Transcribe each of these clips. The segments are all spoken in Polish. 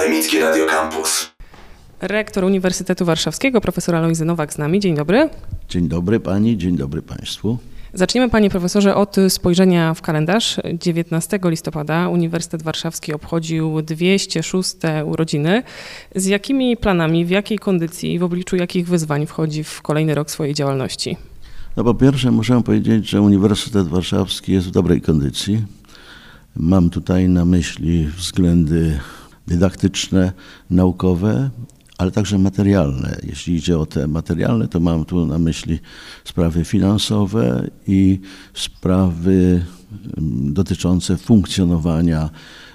Akademickie Radio Campus. Rektor Uniwersytetu Warszawskiego, profesor Alojzy Nowak z nami. Dzień dobry. Dzień dobry pani, dzień dobry państwu. Zaczniemy, panie profesorze, od spojrzenia w kalendarz. 19 listopada Uniwersytet Warszawski obchodził 206. urodziny. Z jakimi planami, w jakiej kondycji, w obliczu jakich wyzwań wchodzi w kolejny rok swojej działalności? No po pierwsze muszę powiedzieć, że Uniwersytet Warszawski jest w dobrej kondycji. Mam tutaj na myśli względy dydaktyczne, naukowe, ale także materialne. Jeśli idzie o te materialne, to mam tu na myśli sprawy finansowe i sprawy dotyczące funkcjonowania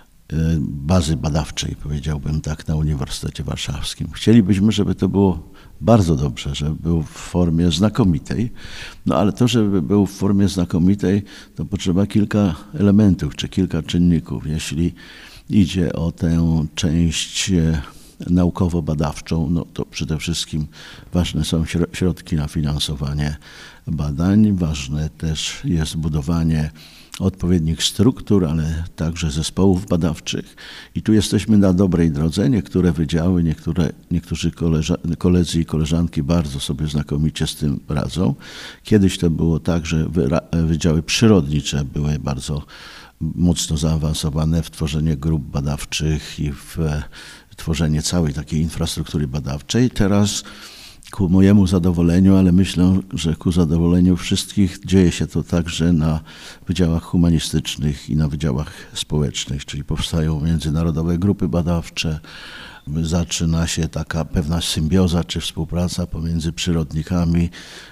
bazy badawczej, powiedziałbym tak, na Uniwersytecie Warszawskim. Chcielibyśmy, żeby to było bardzo dobrze, żeby był w formie znakomitej, no ale to, żeby był w formie znakomitej, to potrzeba kilka elementów czy kilka czynników. Jeśli idzie o tę część naukowo-badawczą, no to przede wszystkim ważne są środki na finansowanie badań, ważne też jest budowanie odpowiednich struktur, ale także zespołów badawczych. I tu jesteśmy na dobrej drodze. Niektóre wydziały, niektórzy koledzy i koleżanki bardzo sobie znakomicie z tym radzą. Kiedyś to było tak, że wydziały przyrodnicze były bardzo mocno zaawansowane w tworzenie grup badawczych i w tworzenie całej takiej infrastruktury badawczej. Teraz ku mojemu zadowoleniu, ale myślę, że ku zadowoleniu wszystkich dzieje się to także na wydziałach humanistycznych i na wydziałach społecznych, czyli powstają międzynarodowe grupy badawcze, zaczyna się taka pewna symbioza czy współpraca pomiędzy przyrodnikami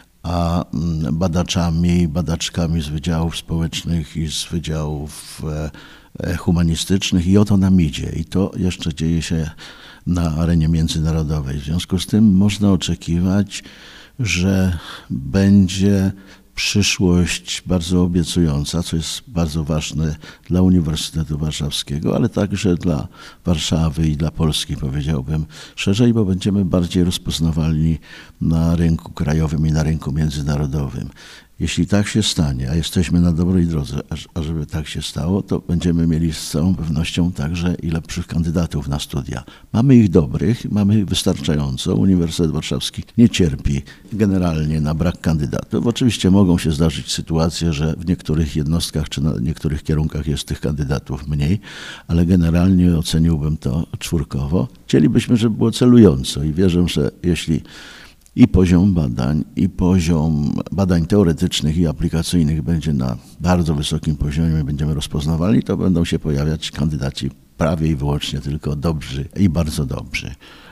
a badaczami, badaczkami z wydziałów społecznych i z wydziałów humanistycznych i o to nam idzie. I to jeszcze dzieje się na arenie międzynarodowej. W związku z tym można oczekiwać, że będzie przyszłość bardzo obiecująca, co jest bardzo ważne dla Uniwersytetu Warszawskiego, ale także dla Warszawy i dla Polski, powiedziałbym szerzej, bo będziemy bardziej rozpoznawalni na rynku krajowym i na rynku międzynarodowym. Jeśli tak się stanie, a jesteśmy na dobrej drodze, ażeby tak się stało, to będziemy mieli z całą pewnością także i lepszych kandydatów na studia. Mamy ich dobrych, mamy ich wystarczająco. Uniwersytet Warszawski nie cierpi generalnie na brak kandydatów. Oczywiście mogą się zdarzyć sytuacje, że w niektórych jednostkach czy na niektórych kierunkach jest tych kandydatów mniej, ale generalnie oceniłbym to czwórkowo. Chcielibyśmy, żeby było celująco i wierzę, że jeśli i poziom badań teoretycznych i aplikacyjnych będzie na bardzo wysokim poziomie, będziemy rozpoznawali, to będą się pojawiać kandydaci prawie i wyłącznie tylko dobrzy i bardzo dobrzy.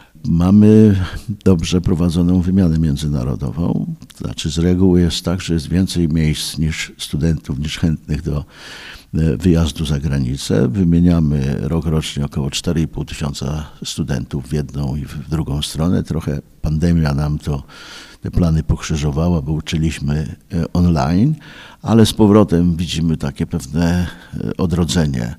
Mamy dobrze prowadzoną wymianę międzynarodową, to znaczy z reguły jest tak, że jest więcej miejsc niż studentów, niż chętnych do wyjazdu za granicę. Wymieniamy rokrocznie około 4,5 tysiąca studentów w jedną i w drugą stronę. Trochę pandemia nam te plany pokrzyżowała, bo uczyliśmy online, ale z powrotem widzimy takie pewne odrodzenie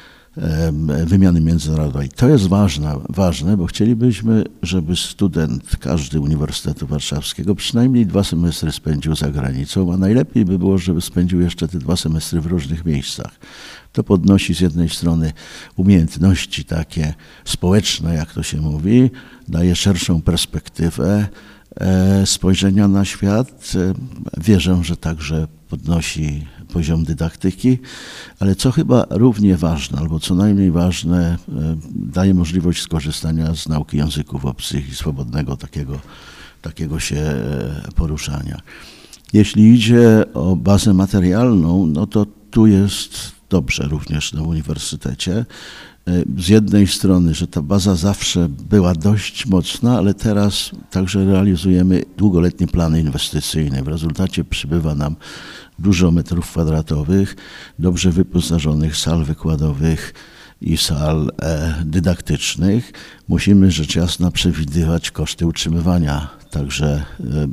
wymiany międzynarodowej. To jest ważne, bo chcielibyśmy, żeby student każdy Uniwersytetu Warszawskiego przynajmniej 2 semestry spędził za granicą, a najlepiej by było, żeby spędził jeszcze te 2 semestry w różnych miejscach. To podnosi z jednej strony umiejętności takie społeczne, jak to się mówi, daje szerszą perspektywę spojrzenia na świat. Wierzę, że także podnosi poziom dydaktyki, ale co chyba równie ważne, albo co najmniej ważne, daje możliwość skorzystania z nauki języków obcych i swobodnego takiego się poruszania. Jeśli idzie o bazę materialną, no to tu jest dobrze również na uniwersytecie. Z jednej strony, że ta baza zawsze była dość mocna, ale teraz także realizujemy długoletnie plany inwestycyjne. W rezultacie przybywa nam dużo metrów kwadratowych, dobrze wyposażonych sal wykładowych i sal dydaktycznych. Musimy rzecz jasna przewidywać koszty utrzymywania także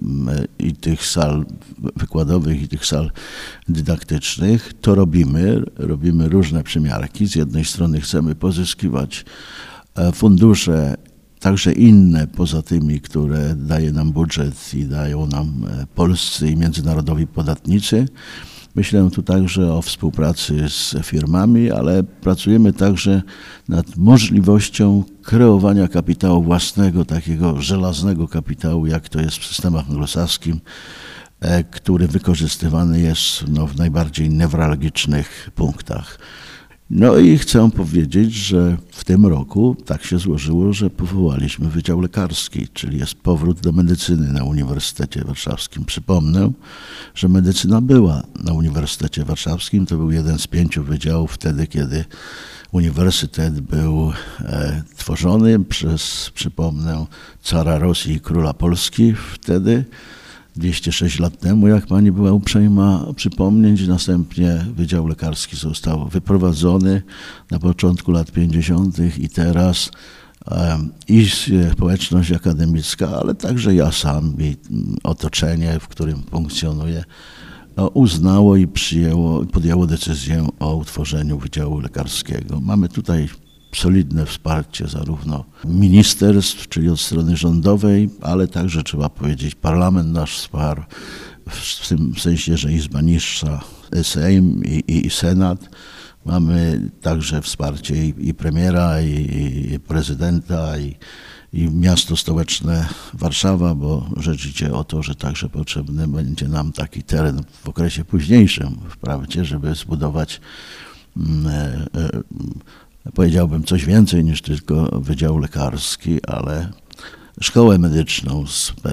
i tych sal wykładowych, i tych sal dydaktycznych. To robimy różne przymiarki. Z jednej strony chcemy pozyskiwać fundusze także inne poza tymi, które daje nam budżet i dają nam polscy i międzynarodowi podatnicy. Myślę tu także o współpracy z firmami, ale pracujemy także nad możliwością kreowania kapitału własnego, takiego żelaznego kapitału, jak to jest w systemach anglosaskim, który wykorzystywany jest w najbardziej newralgicznych punktach. No i chcę powiedzieć, że w tym roku tak się złożyło, że powołaliśmy Wydział Lekarski, czyli jest powrót do medycyny na Uniwersytecie Warszawskim. Przypomnę, że medycyna była na Uniwersytecie Warszawskim. To był jeden z 5 wydziałów wtedy, kiedy uniwersytet był tworzony przez, przypomnę, cara Rosji i króla Polski wtedy. 206 lat temu, jak pani była uprzejma przypomnieć. Następnie Wydział Lekarski został wyprowadzony na początku lat 50. i teraz i społeczność akademicka, ale także ja sam i otoczenie, w którym funkcjonuję, uznało i podjęło decyzję o utworzeniu Wydziału Lekarskiego. Mamy tutaj solidne wsparcie zarówno ministerstw, czyli od strony rządowej, ale także trzeba powiedzieć, parlament nasz wsparł, w tym sensie, że Izba Niższa, Sejm i Senat. Mamy także wsparcie i premiera, i prezydenta, i miasto stołeczne Warszawa, bo rzecz idzie o to, że także potrzebny będzie nam taki teren w okresie późniejszym, wprawdzie, żeby zbudować powiedziałbym coś więcej niż tylko Wydział Lekarski, ale szkołę medyczną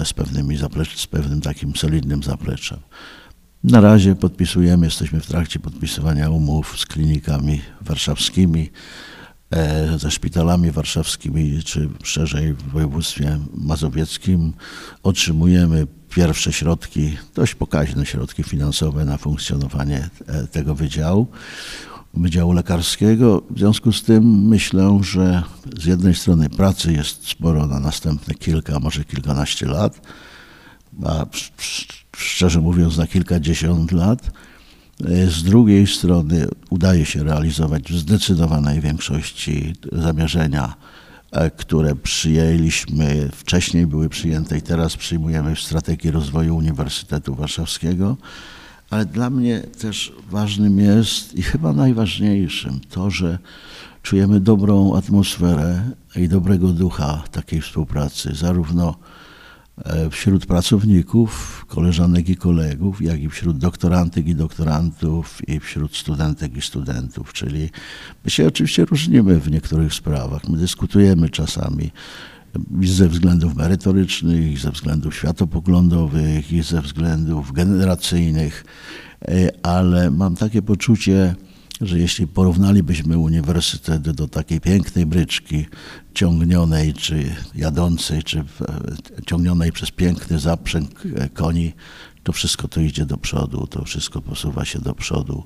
z pewnym takim solidnym zapleczem. Na razie jesteśmy w trakcie podpisywania umów z klinikami warszawskimi, ze szpitalami warszawskimi, czy szerzej w województwie mazowieckim. Otrzymujemy pierwsze środki, dość pokaźne środki finansowe na funkcjonowanie tego Wydziału Lekarskiego. W związku z tym myślę, że z jednej strony pracy jest sporo na następne kilka, może kilkanaście lat, a szczerze mówiąc na kilkadziesiąt lat. Z drugiej strony udaje się realizować w zdecydowanej większości zamierzenia, które przyjęliśmy, wcześniej były przyjęte i teraz przyjmujemy w strategii rozwoju Uniwersytetu Warszawskiego. Ale dla mnie też ważnym jest i chyba najważniejszym to, że czujemy dobrą atmosferę i dobrego ducha takiej współpracy, zarówno wśród pracowników, koleżanek i kolegów, jak i wśród doktorantek i doktorantów i wśród studentek i studentów. Czyli my się oczywiście różnimy w niektórych sprawach, my dyskutujemy czasami i ze względów merytorycznych, i ze względów światopoglądowych, i ze względów generacyjnych, ale mam takie poczucie, że jeśli porównalibyśmy uniwersytet do takiej pięknej bryczki ciągnionej, czy jadącej, czy ciągnionej przez piękny zaprzęg koni, to wszystko to idzie do przodu, to wszystko posuwa się do przodu.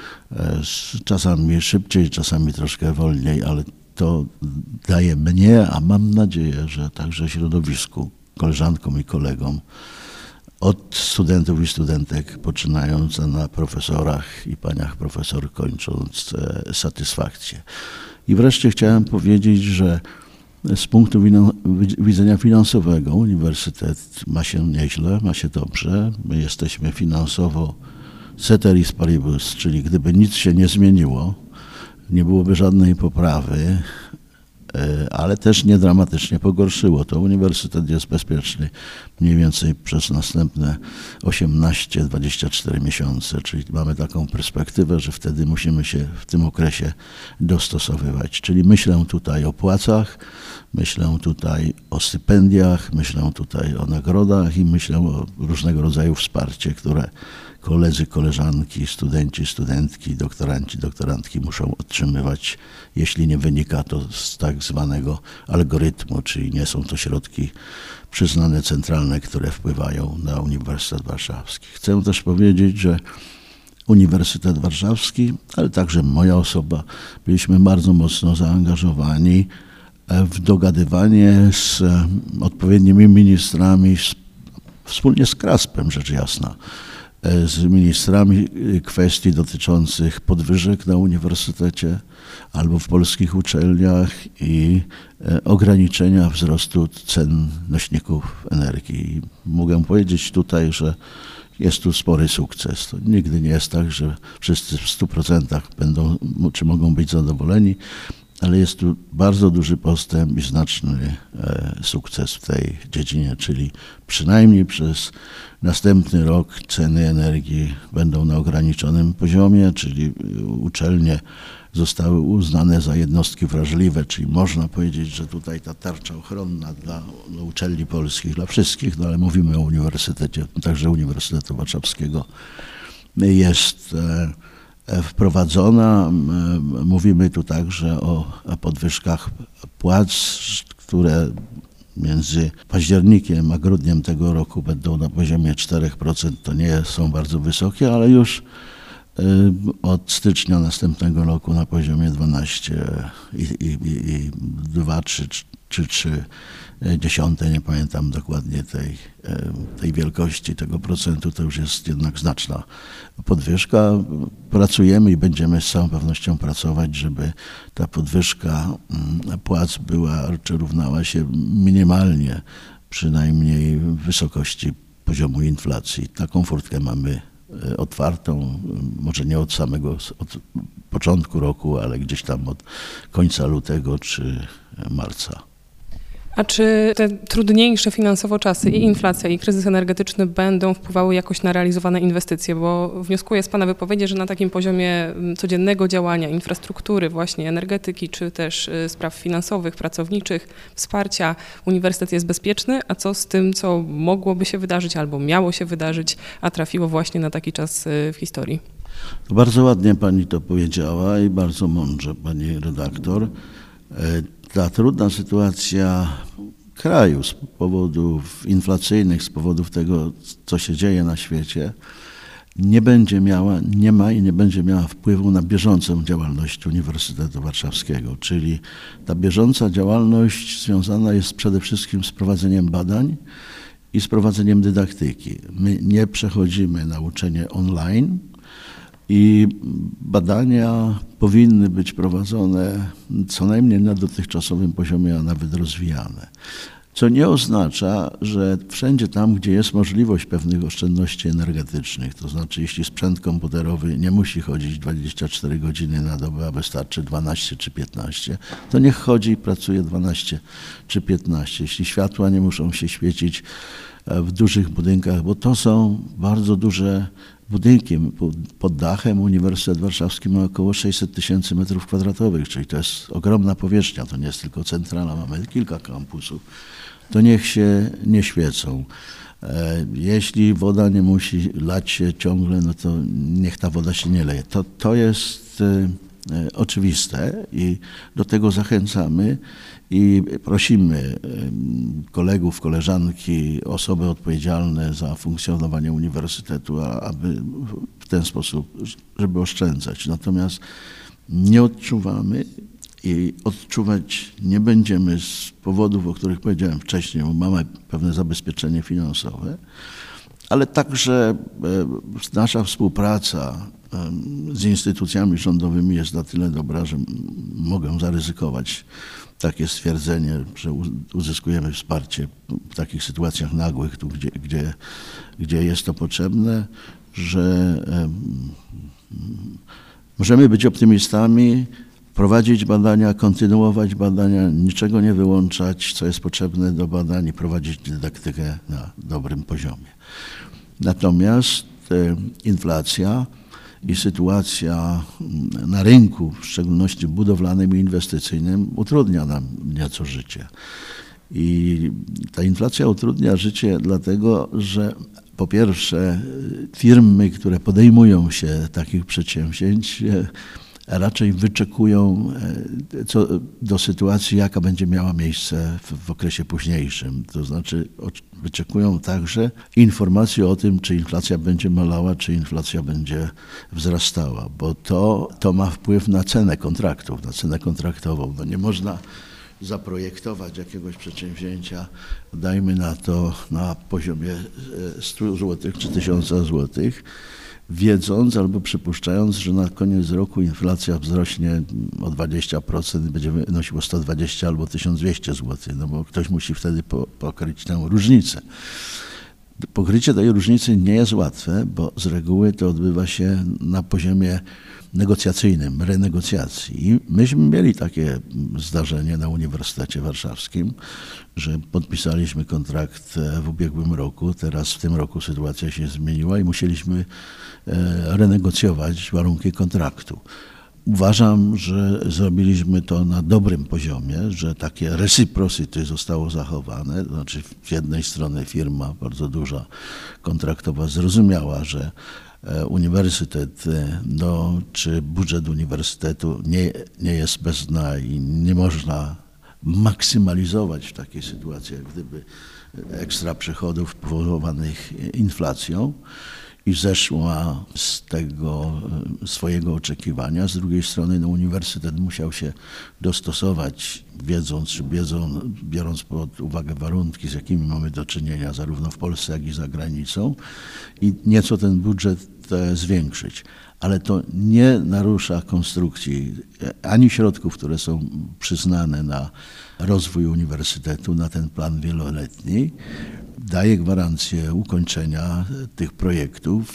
Czasami szybciej, czasami troszkę wolniej, ale to daje mnie, a mam nadzieję, że także środowisku, koleżankom i kolegom, od studentów i studentek, poczynając na profesorach i paniach profesor, kończąc satysfakcję. I wreszcie chciałem powiedzieć, że z punktu widzenia finansowego uniwersytet ma się nieźle, ma się dobrze. My jesteśmy finansowo ceteris paribus, czyli gdyby nic się nie zmieniło, nie byłoby żadnej poprawy, ale też nie dramatycznie pogorszyło. To uniwersytet jest bezpieczny mniej więcej przez następne 18-24 miesiące, czyli mamy taką perspektywę, że wtedy musimy się w tym okresie dostosowywać. Czyli myślę tutaj o płacach, myślę tutaj o stypendiach, myślę tutaj o nagrodach i myślę o różnego rodzaju wsparcie, które koledzy, koleżanki, studenci, studentki, doktoranci, doktorantki muszą otrzymywać, jeśli nie wynika to z tak zwanego algorytmu, czyli nie są to środki przyznane centralne, które wpływają na Uniwersytet Warszawski. Chcę też powiedzieć, że Uniwersytet Warszawski, ale także moja osoba, byliśmy bardzo mocno zaangażowani w dogadywanie z odpowiednimi ministrami, wspólnie z KRASP-em, rzecz jasna, z ministrami kwestii dotyczących podwyżek na uniwersytecie albo w polskich uczelniach i ograniczenia wzrostu cen nośników energii. Mogę powiedzieć tutaj, że jest tu spory sukces. To nigdy nie jest tak, że wszyscy w 100% będą czy mogą być zadowoleni, ale jest tu bardzo duży postęp i znaczny sukces w tej dziedzinie, czyli przynajmniej przez następny rok ceny energii będą na ograniczonym poziomie, czyli uczelnie zostały uznane za jednostki wrażliwe, czyli można powiedzieć, że tutaj ta tarcza ochronna dla uczelni polskich, dla wszystkich, no ale mówimy o uniwersytecie, także Uniwersytetu Warszawskiego jest wprowadzona. Mówimy tu także o podwyżkach płac, które między październikiem a grudniem tego roku będą na poziomie 4%. To nie są bardzo wysokie, ale już od stycznia następnego roku na poziomie 12,2 czy 3,3, nie pamiętam dokładnie tej wielkości, tego procentu, to już jest jednak znaczna podwyżka. Pracujemy i będziemy z całą pewnością pracować, żeby ta podwyżka płac była czy równała się minimalnie, przynajmniej w wysokości poziomu inflacji. Taką furtkę mamy otwartą, może nie od początku roku, ale gdzieś tam od końca lutego czy marca. A czy te trudniejsze finansowo czasy i inflacja, i kryzys energetyczny będą wpływały jakoś na realizowane inwestycje? Bo wnioskuję z Pana wypowiedzi, że na takim poziomie codziennego działania, infrastruktury, właśnie energetyki, czy też spraw finansowych, pracowniczych, wsparcia, uniwersytet jest bezpieczny, a co z tym, co mogłoby się wydarzyć albo miało się wydarzyć, a trafiło właśnie na taki czas w historii? To bardzo ładnie Pani to powiedziała i bardzo mądrze, Pani redaktor. Ta trudna sytuacja kraju z powodów inflacyjnych, z powodów tego, co się dzieje na świecie, nie ma i nie będzie miała wpływu na bieżącą działalność Uniwersytetu Warszawskiego. Czyli ta bieżąca działalność związana jest przede wszystkim z prowadzeniem badań i z prowadzeniem dydaktyki. My nie przechodzimy na uczenie online, i badania powinny być prowadzone co najmniej na dotychczasowym poziomie, a nawet rozwijane. Co nie oznacza, że wszędzie tam, gdzie jest możliwość pewnych oszczędności energetycznych, to znaczy jeśli sprzęt komputerowy nie musi chodzić 24 godziny na dobę, a wystarczy 12 czy 15, to niech chodzi i pracuje 12 czy 15. Jeśli światła nie muszą się świecić w dużych budynkach, bo to są bardzo duże budynki. Pod dachem Uniwersytet Warszawski ma około 600 000 m², czyli to jest ogromna powierzchnia, to nie jest tylko centrala, mamy kilka kampusów, to niech się nie świecą. Jeśli woda nie musi lać się ciągle, no to niech ta woda się nie leje. To jest oczywiste i do tego zachęcamy i prosimy kolegów, koleżanki, osoby odpowiedzialne za funkcjonowanie uniwersytetu, aby w ten sposób, żeby oszczędzać. Natomiast nie odczuwamy i odczuwać nie będziemy z powodów, o których powiedziałem wcześniej, bo mamy pewne zabezpieczenie finansowe, ale także nasza współpraca z instytucjami rządowymi jest na tyle dobra, że mogę zaryzykować takie stwierdzenie, że uzyskujemy wsparcie w takich sytuacjach nagłych, tu, gdzie jest to potrzebne, że możemy być optymistami, prowadzić badania, kontynuować badania, niczego nie wyłączać, co jest potrzebne do badań i prowadzić dydaktykę na dobrym poziomie. Natomiast inflacja i sytuacja na rynku, w szczególności budowlanym i inwestycyjnym, utrudnia nam nieco życie. I ta inflacja utrudnia życie dlatego, że po pierwsze firmy, które podejmują się takich przedsięwzięć, raczej wyczekują do sytuacji, jaka będzie miała miejsce w okresie późniejszym. To znaczy wyczekują także informacji o tym, czy inflacja będzie malała, czy inflacja będzie wzrastała, bo to ma wpływ na cenę kontraktów, na cenę kontraktową. No nie można zaprojektować jakiegoś przedsięwzięcia, dajmy na to na poziomie 100 zł czy 1000 zł, wiedząc albo przypuszczając, że na koniec roku inflacja wzrośnie o 20% i będzie wynosiło 120 albo 1200 zł, no bo ktoś musi wtedy pokryć tę różnicę. Pokrycie tej różnicy nie jest łatwe, bo z reguły to odbywa się na poziomie negocjacyjnym, renegocjacji. I myśmy mieli takie zdarzenie na Uniwersytecie Warszawskim, że podpisaliśmy kontrakt w ubiegłym roku. Teraz w tym roku sytuacja się zmieniła i musieliśmy renegocjować warunki kontraktu. Uważam, że zrobiliśmy to na dobrym poziomie, że takie reciprocity zostało zachowane. To znaczy z jednej strony firma bardzo duża, kontraktowa zrozumiała, że uniwersytet, czy budżet uniwersytetu nie jest bez dna i nie można maksymalizować w takiej sytuacji, jak gdyby ekstra przychodów powodowanych inflacją. I zeszła z tego swojego oczekiwania. Z drugiej strony uniwersytet musiał się dostosować, biorąc pod uwagę warunki, z jakimi mamy do czynienia zarówno w Polsce, jak i za granicą i nieco ten budżet zwiększyć. Ale to nie narusza konstrukcji ani środków, które są przyznane na rozwój uniwersytetu, na ten plan wieloletni. Daje gwarancję ukończenia tych projektów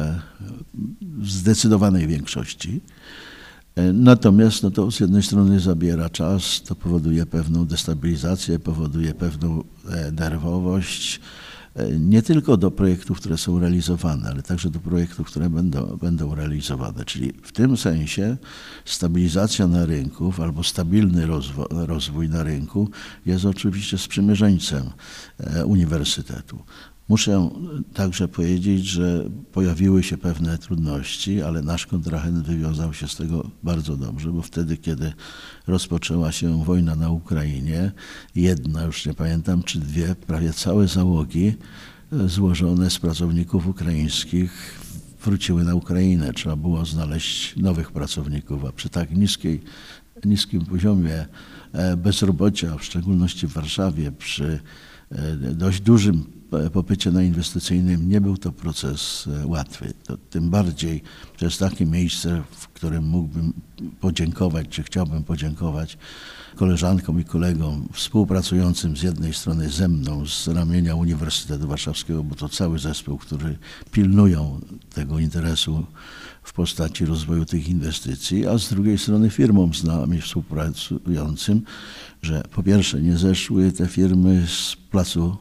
w zdecydowanej większości. Natomiast to z jednej strony zabiera czas, to powoduje pewną destabilizację, powoduje pewną nerwowość, nie tylko do projektów, które są realizowane, ale także do projektów, które będą realizowane. Czyli w tym sensie stabilizacja na rynku albo stabilny rozwój na rynku jest oczywiście sprzymierzeńcem uniwersytetu. Muszę także powiedzieć, że pojawiły się pewne trudności, ale nasz kontrahent wywiązał się z tego bardzo dobrze, bo wtedy, kiedy rozpoczęła się wojna na Ukrainie, jedna, już nie pamiętam, czy dwie, prawie całe załogi złożone z pracowników ukraińskich wróciły na Ukrainę. Trzeba było znaleźć nowych pracowników, a przy tak niskim poziomie bezrobocia, w szczególności w Warszawie, przy dość dużym popycie na inwestycyjnym, nie był to proces łatwy. To tym bardziej to jest takie miejsce, w którym mógłbym podziękować, czy chciałbym podziękować koleżankom i kolegom współpracującym z jednej strony ze mną, z ramienia Uniwersytetu Warszawskiego, bo to cały zespół, który pilnują tego interesu w postaci rozwoju tych inwestycji, a z drugiej strony firmom z nami współpracującym, że po pierwsze nie zeszły te firmy z placu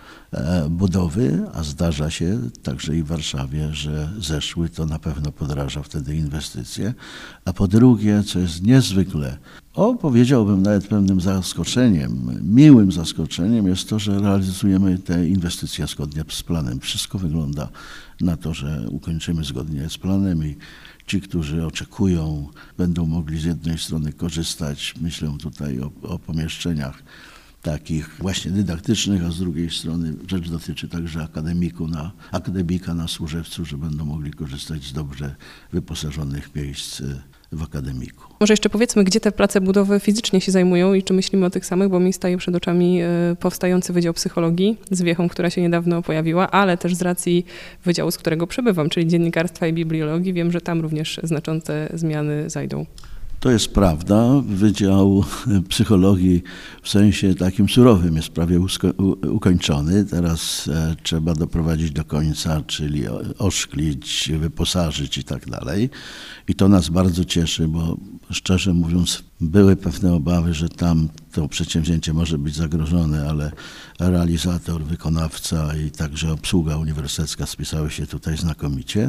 budowy, a zdarza się także i w Warszawie, że zeszły, to na pewno podraża wtedy inwestycje. A po drugie, co jest niezwykle, powiedziałbym nawet pewnym zaskoczeniem, miłym zaskoczeniem jest to, że realizujemy te inwestycje zgodnie z planem. Wszystko wygląda na to, że ukończymy zgodnie z planem i ci, którzy oczekują, będą mogli z jednej strony korzystać, myślę tutaj o pomieszczeniach takich właśnie dydaktycznych, a z drugiej strony rzecz dotyczy także akademika na Służewcu, że będą mogli korzystać z dobrze wyposażonych miejsc w akademiku. Może jeszcze powiedzmy, gdzie te place budowy fizycznie się zajmują i czy myślimy o tych samych, bo mi staje przed oczami powstający Wydział Psychologii z wiechą, która się niedawno pojawiła, ale też z racji wydziału, z którego przebywam, czyli dziennikarstwa i bibliologii, wiem, że tam również znaczące zmiany zajdą. To jest prawda. Wydział Psychologii w sensie takim surowym jest prawie ukończony. Teraz trzeba doprowadzić do końca, czyli oszklić, wyposażyć i tak dalej. I to nas bardzo cieszy, bo szczerze mówiąc były pewne obawy, że tam to przedsięwzięcie może być zagrożone, ale realizator, wykonawca i także obsługa uniwersytecka spisały się tutaj znakomicie.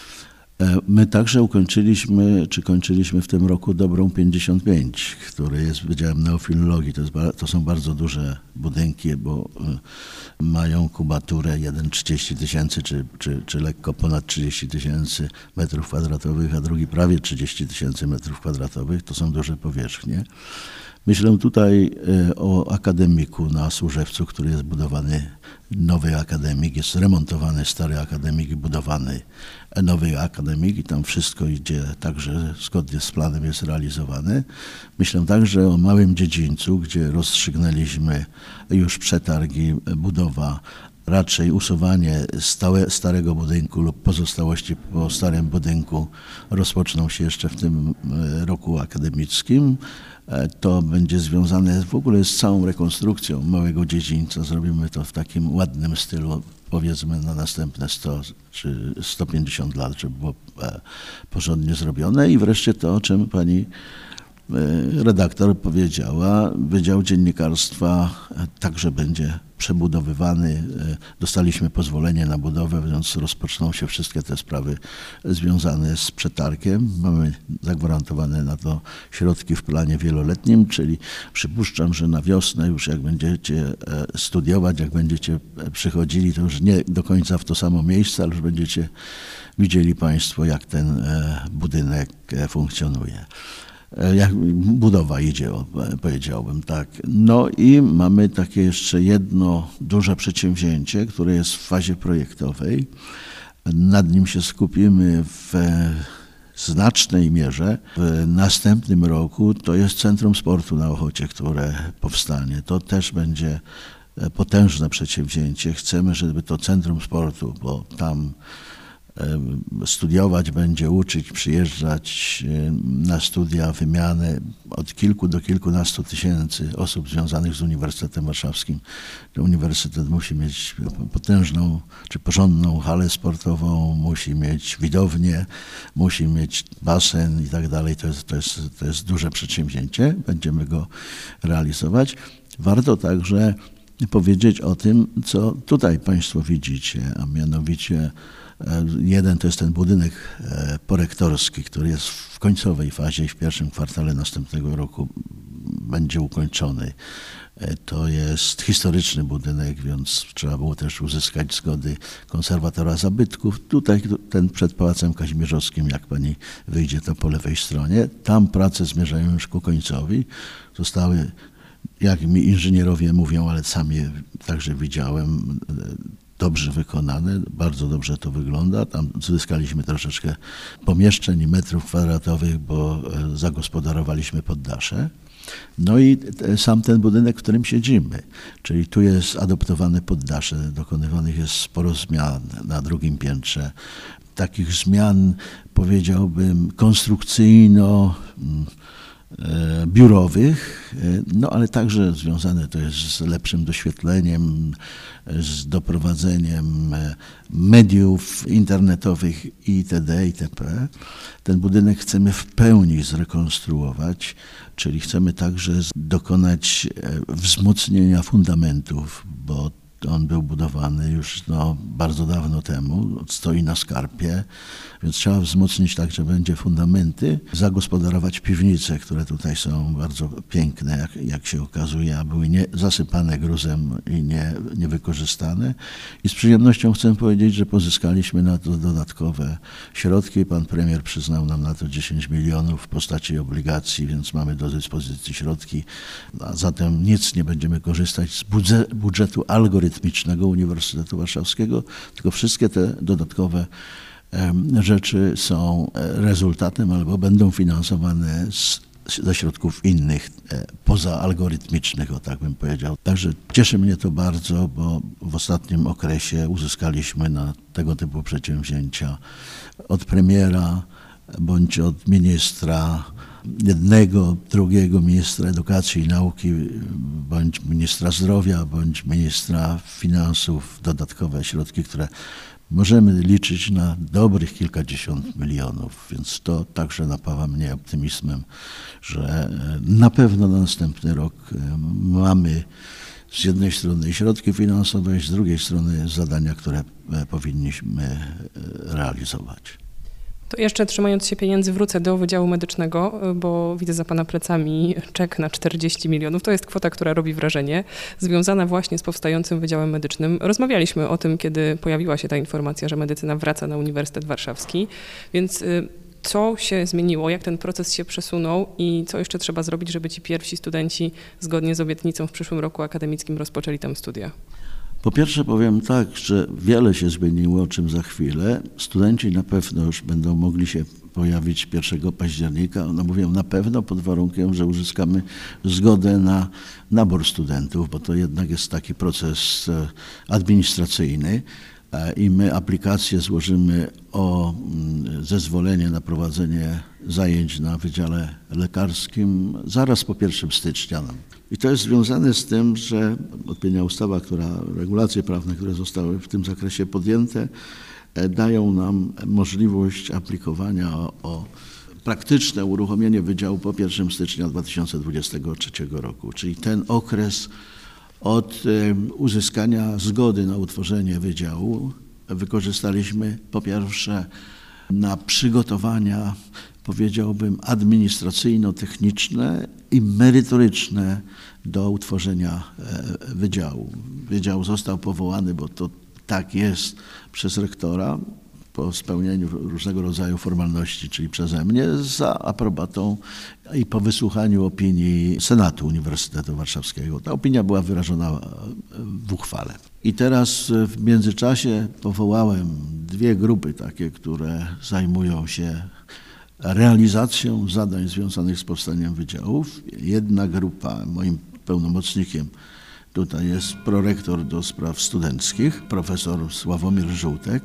My także kończyliśmy w tym roku Dobrą 55, który jest Wydziałem Neofilologii. To są bardzo duże budynki, bo mają kubaturę 1,30 tysięcy czy lekko ponad 30 tysięcy metrów kwadratowych, a drugi prawie 30 tysięcy metrów kwadratowych. To są duże powierzchnie. Myślę tutaj o akademiku na Służewcu, który jest budowany, nowy akademik, jest remontowany stary akademik i budowany nowy akademik i tam wszystko idzie także zgodnie z planem jest realizowane. Myślę także o Małym Dziedzińcu, gdzie rozstrzygnęliśmy już przetargi, budowa raczej usuwanie starego budynku lub pozostałości po starym budynku rozpoczną się jeszcze w tym roku akademickim. To będzie związane w ogóle z całą rekonstrukcją małego dziedzińca. Zrobimy to w takim ładnym stylu, powiedzmy na następne 100 czy 150 lat, żeby było porządnie zrobione. I wreszcie to, o czym pani redaktor powiedziała, Wydział Dziennikarstwa także będzie przebudowywany. Dostaliśmy pozwolenie na budowę, więc rozpoczną się wszystkie te sprawy związane z przetargiem. Mamy zagwarantowane na to środki w planie wieloletnim, czyli przypuszczam, że na wiosnę już jak będziecie studiować, jak będziecie przychodzili, to już nie do końca w to samo miejsce, ale już będziecie widzieli państwo, jak ten budynek funkcjonuje. Jak budowa idzie, powiedziałbym tak. No i mamy takie jeszcze jedno duże przedsięwzięcie, które jest w fazie projektowej. Nad nim się skupimy w znacznej mierze. W następnym roku to jest Centrum Sportu na Ochocie, które powstanie. To też będzie potężne przedsięwzięcie. Chcemy, żeby to Centrum Sportu, bo tam studiować będzie, uczyć, przyjeżdżać na studia, wymianę od kilku do kilkunastu tysięcy osób związanych z Uniwersytetem Warszawskim. Uniwersytet musi mieć potężną czy porządną halę sportową, musi mieć widownię, musi mieć basen i tak dalej. To jest duże przedsięwzięcie, będziemy go realizować. Warto także powiedzieć o tym, co tutaj państwo widzicie, a mianowicie jeden to jest ten budynek porektorski, który jest w końcowej fazie i w pierwszym kwartale następnego roku będzie ukończony. To jest historyczny budynek, więc trzeba było też uzyskać zgody konserwatora zabytków. Tutaj ten przed Pałacem Kazimierzowskim, jak pani wyjdzie, to po lewej stronie. Tam prace zmierzają już ku końcowi. Zostały, jak mi inżynierowie mówią, ale sam je także widziałem, dobrze wykonane, bardzo dobrze to wygląda. Tam zyskaliśmy troszeczkę pomieszczeń i metrów kwadratowych, bo zagospodarowaliśmy poddasze. No i sam ten budynek, w którym siedzimy, czyli tu jest adoptowane poddasze, dokonywanych jest sporo zmian na drugim piętrze. Takich zmian, powiedziałbym, konstrukcyjno biurowych, no ale także związane to jest z lepszym doświetleniem, z doprowadzeniem mediów internetowych itd. itp. Ten budynek chcemy w pełni zrekonstruować, czyli chcemy także dokonać wzmocnienia fundamentów, bo on był budowany już bardzo dawno temu, stoi na skarpie, więc trzeba wzmocnić tak, że będzie fundamenty, zagospodarować piwnice, które tutaj są bardzo piękne, jak się okazuje, a były zasypane gruzem i niewykorzystane. I z przyjemnością chcę powiedzieć, że pozyskaliśmy na to dodatkowe środki. Pan premier przyznał nam na to 10 milionów w postaci obligacji, więc mamy do dyspozycji środki. A zatem nic nie będziemy korzystać z budżetu algorytmicznego Uniwersytetu Warszawskiego, tylko wszystkie te dodatkowe rzeczy są rezultatem albo będą finansowane ze środków innych, pozaalgorytmicznych, o tak bym powiedział. Także cieszy mnie to bardzo, bo w ostatnim okresie uzyskaliśmy na tego typu przedsięwzięcia od premiera bądź od ministra, jednego, drugiego ministra edukacji i nauki, bądź ministra zdrowia, bądź ministra finansów, dodatkowe środki, które możemy liczyć na dobrych kilkadziesiąt milionów, więc to także napawa mnie optymizmem, że na pewno na następny rok mamy z jednej strony środki finansowe, z drugiej strony zadania, które powinniśmy realizować. To jeszcze trzymając się pieniędzy wrócę do Wydziału Medycznego, bo widzę za pana plecami czek na 40 milionów. To jest kwota, która robi wrażenie, związana właśnie z powstającym Wydziałem Medycznym. Rozmawialiśmy o tym, kiedy pojawiła się ta informacja, że medycyna wraca na Uniwersytet Warszawski, więc co się zmieniło, jak ten proces się przesunął i co jeszcze trzeba zrobić, żeby ci pierwsi studenci zgodnie z obietnicą w przyszłym roku akademickim rozpoczęli tam studia? Po pierwsze powiem tak, że wiele się zmieniło, o czym za chwilę. Studenci na pewno już będą mogli się pojawić 1 października. No mówię na pewno pod warunkiem, że uzyskamy zgodę na nabór studentów, bo to jednak jest taki proces administracyjny i my aplikację złożymy o zezwolenie na prowadzenie zajęć na Wydziale Lekarskim zaraz po 1 stycznia. I to jest związane z tym, że odpowiednia ustawa, regulacje prawne, które zostały w tym zakresie podjęte, dają nam możliwość aplikowania o praktyczne uruchomienie wydziału po 1 stycznia 2023 roku. Czyli ten okres od uzyskania zgody na utworzenie wydziału wykorzystaliśmy po pierwsze na przygotowania, powiedziałbym, administracyjno-techniczne i merytoryczne do utworzenia wydziału. Wydział został powołany, bo to tak jest, przez rektora po spełnieniu różnego rodzaju formalności, czyli przeze mnie, za aprobatą i po wysłuchaniu opinii Senatu Uniwersytetu Warszawskiego. Ta opinia była wyrażona w uchwale. I teraz w międzyczasie powołałem 2 grupy takie, które zajmują się realizacją zadań związanych z powstaniem wydziałów. Jedna grupa, moim pełnomocnikiem tutaj jest prorektor do spraw studenckich, profesor Sławomir Żółtek,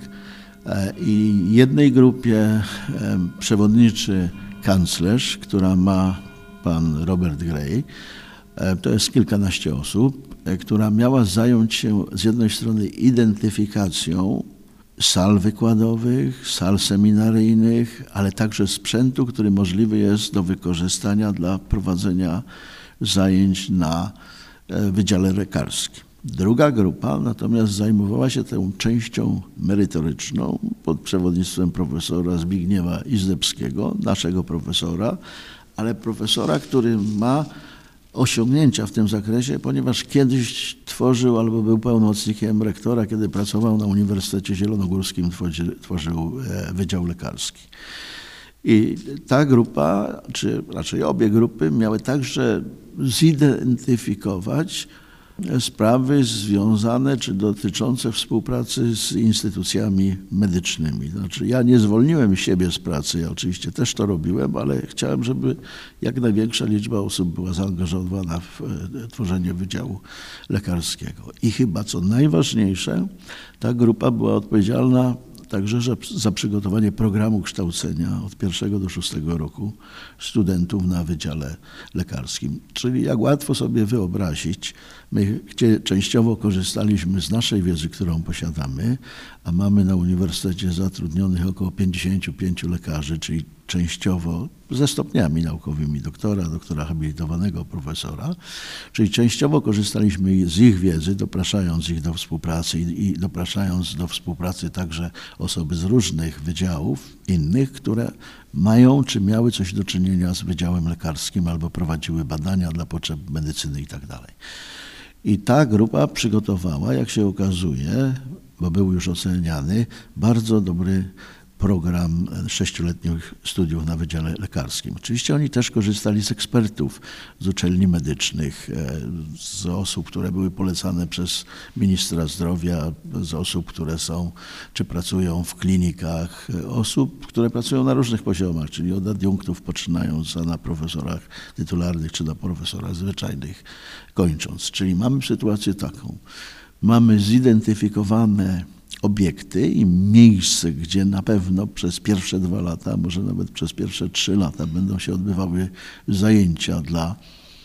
i jednej grupie przewodniczy kanclerz, która ma pan Robert Gray. To jest kilkanaście osób, która miała zająć się z jednej strony identyfikacją sal wykładowych, sal seminaryjnych, ale także sprzętu, który możliwy jest do wykorzystania dla prowadzenia zajęć na Wydziale Lekarskim. Druga grupa natomiast zajmowała się tą częścią merytoryczną pod przewodnictwem profesora Zbigniewa Izdebskiego, naszego profesora, ale profesora, który ma osiągnięcia w tym zakresie, ponieważ kiedyś tworzył albo był pełnomocnikiem rektora, kiedy pracował na Uniwersytecie Zielonogórskim, tworzył Wydział Lekarski. I ta grupa, czy raczej obie grupy, miały także zidentyfikować sprawy związane czy dotyczące współpracy z instytucjami medycznymi. Znaczy, ja nie zwolniłem siebie z pracy, ja oczywiście też to robiłem, ale chciałem, żeby jak największa liczba osób była zaangażowana w tworzenie Wydziału Lekarskiego. I chyba co najważniejsze, ta grupa była odpowiedzialna także za przygotowanie programu kształcenia od 1 do 6 roku studentów na Wydziale Lekarskim. Czyli jak łatwo sobie wyobrazić, my częściowo korzystaliśmy z naszej wiedzy, którą posiadamy, a mamy na uniwersytecie zatrudnionych około 55 lekarzy, czyli częściowo ze stopniami naukowymi doktora habilitowanego, profesora, czyli częściowo korzystaliśmy z ich wiedzy, dopraszając ich do współpracy i dopraszając do współpracy także osoby z różnych wydziałów innych, które mają czy miały coś do czynienia z Wydziałem Lekarskim albo prowadziły badania dla potrzeb medycyny i tak dalej. I ta grupa przygotowała, jak się okazuje, bo był już oceniany, bardzo dobry program 6-letnich studiów na Wydziale Lekarskim. Oczywiście oni też korzystali z ekspertów z uczelni medycznych, z osób, które były polecane przez ministra zdrowia, z osób, które są czy pracują w klinikach, osób, które pracują na różnych poziomach, czyli od adiunktów poczynając, a na profesorach tytularnych czy na profesorach zwyczajnych kończąc. Czyli mamy sytuację taką. Mamy zidentyfikowane obiekty i miejsce, gdzie na pewno przez pierwsze 2 lata, może nawet przez pierwsze 3 lata będą się odbywały zajęcia dla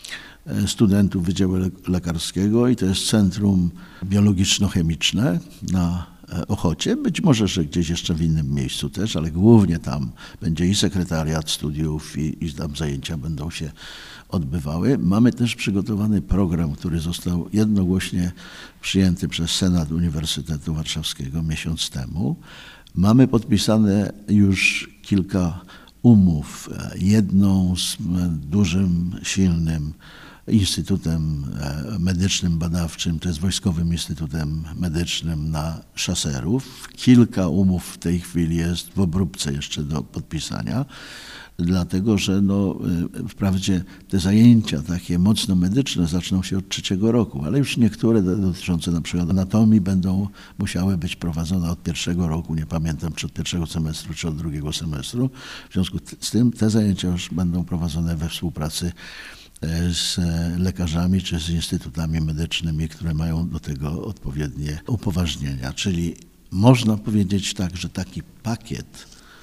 studentów Wydziału Lekarskiego i to jest Centrum Biologiczno-Chemiczne na Ochocie. Być może, że gdzieś jeszcze w innym miejscu też, ale głównie tam będzie i sekretariat studiów i tam zajęcia będą się odbywały. Mamy też przygotowany program, który został jednogłośnie przyjęty przez Senat Uniwersytetu Warszawskiego miesiąc temu. Mamy podpisane już kilka umów. Jedną z dużym, silnym Instytutem Medycznym Badawczym, to jest Wojskowym Instytutem Medycznym na szaserów. Kilka umów w tej chwili jest w obróbce jeszcze do podpisania, dlatego że wprawdzie te zajęcia takie mocno medyczne zaczną się od 3. roku, ale już niektóre dotyczące na przykład anatomii będą musiały być prowadzone od 1. roku, nie pamiętam czy od 1. semestru, czy od 2. semestru. W związku z tym te zajęcia już będą prowadzone we współpracy z lekarzami czy z instytutami medycznymi, które mają do tego odpowiednie upoważnienia. Czyli można powiedzieć tak, że taki pakiet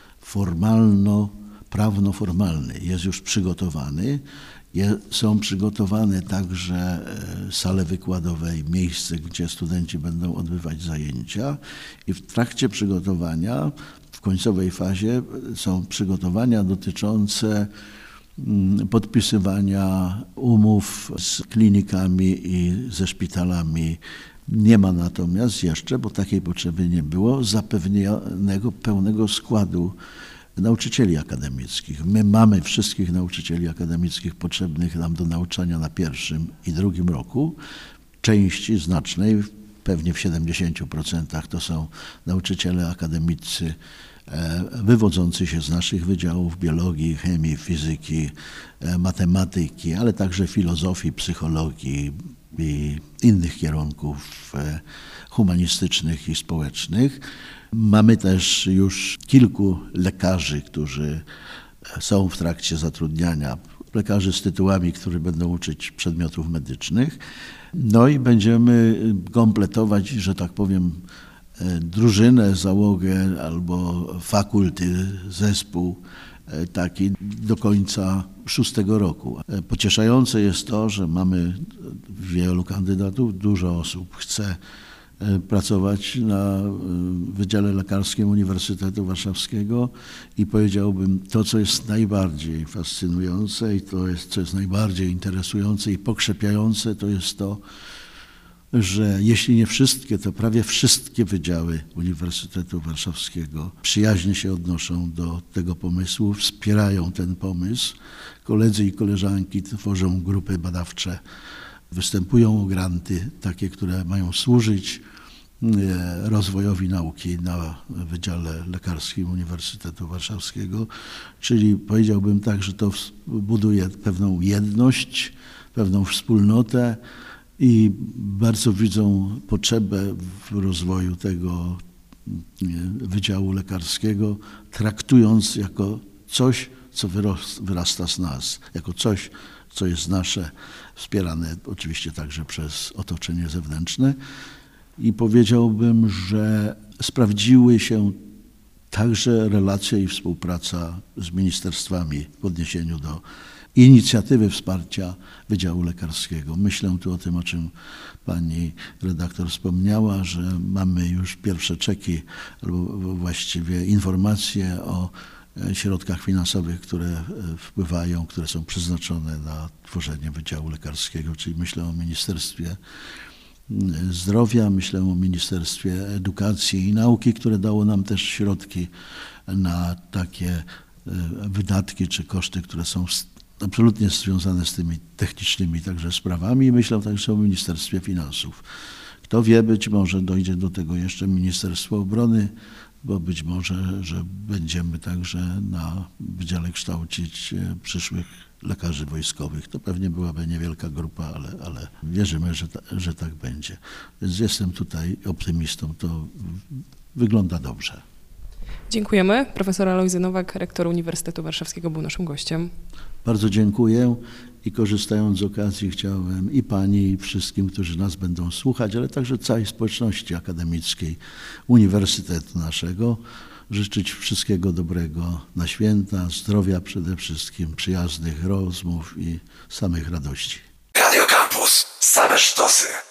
prawno-formalny jest już przygotowany. Są przygotowane także sale wykładowe i miejsce, gdzie studenci będą odbywać zajęcia i w trakcie przygotowania, w końcowej fazie są przygotowania dotyczące podpisywania umów z klinikami i ze szpitalami. Nie ma natomiast jeszcze, bo takiej potrzeby nie było, zapewnionego pełnego składu nauczycieli akademickich. My mamy wszystkich nauczycieli akademickich potrzebnych nam do nauczania na 1. i 2. roku. Części znacznej, pewnie w 70% to są nauczyciele akademicy wywodzący się z naszych wydziałów biologii, chemii, fizyki, matematyki, ale także filozofii, psychologii i innych kierunków humanistycznych i społecznych. Mamy też już kilku lekarzy, którzy są w trakcie zatrudniania, lekarzy z tytułami, którzy będą uczyć przedmiotów medycznych. No i będziemy kompletować, że tak powiem, drużynę, załogę albo fakulty, zespół taki do końca 6. roku. Pocieszające jest to, że mamy wielu kandydatów, dużo osób chce pracować na Wydziale Lekarskim Uniwersytetu Warszawskiego i powiedziałbym, to co jest najbardziej fascynujące i to jest co jest najbardziej interesujące i pokrzepiające, to jest to, że jeśli nie wszystkie, to prawie wszystkie wydziały Uniwersytetu Warszawskiego przyjaźnie się odnoszą do tego pomysłu, wspierają ten pomysł. Koledzy i koleżanki tworzą grupy badawcze, występują o granty, takie, które mają służyć rozwojowi nauki na Wydziale Lekarskim Uniwersytetu Warszawskiego. Czyli powiedziałbym tak, że to buduje pewną jedność, pewną wspólnotę i bardzo widzą potrzebę w rozwoju tego Wydziału Lekarskiego, traktując jako coś, co wyrasta z nas, jako coś, co jest nasze, wspierane oczywiście także przez otoczenie zewnętrzne. I powiedziałbym, że sprawdziły się także relacje i współpraca z ministerstwami w odniesieniu do inicjatywy wsparcia Wydziału Lekarskiego. Myślę tu o tym, o czym pani redaktor wspomniała, że mamy już pierwsze czeki, albo właściwie informacje o środkach finansowych, które wpływają, które są przeznaczone na tworzenie Wydziału Lekarskiego, czyli myślę o Ministerstwie Zdrowia, myślę o Ministerstwie Edukacji i Nauki, które dało nam też środki na takie wydatki czy koszty, które są absolutnie związane z tymi technicznymi także sprawami. Myślę także o Ministerstwie Finansów. Kto wie, być może dojdzie do tego jeszcze Ministerstwo Obrony, bo być może, że będziemy także na wydziale kształcić przyszłych lekarzy wojskowych. To pewnie byłaby niewielka grupa, ale wierzymy, że tak będzie. Więc jestem tutaj optymistą, to wygląda dobrze. Dziękujemy. Profesor Alojzy Nowak, rektor Uniwersytetu Warszawskiego, był naszym gościem. Bardzo dziękuję i korzystając z okazji chciałem i pani, i wszystkim, którzy nas będą słuchać, ale także całej społeczności akademickiej Uniwersytetu naszego życzyć wszystkiego dobrego na święta, zdrowia przede wszystkim, przyjaznych rozmów i samych radości. Radio Campus. Same sztosy.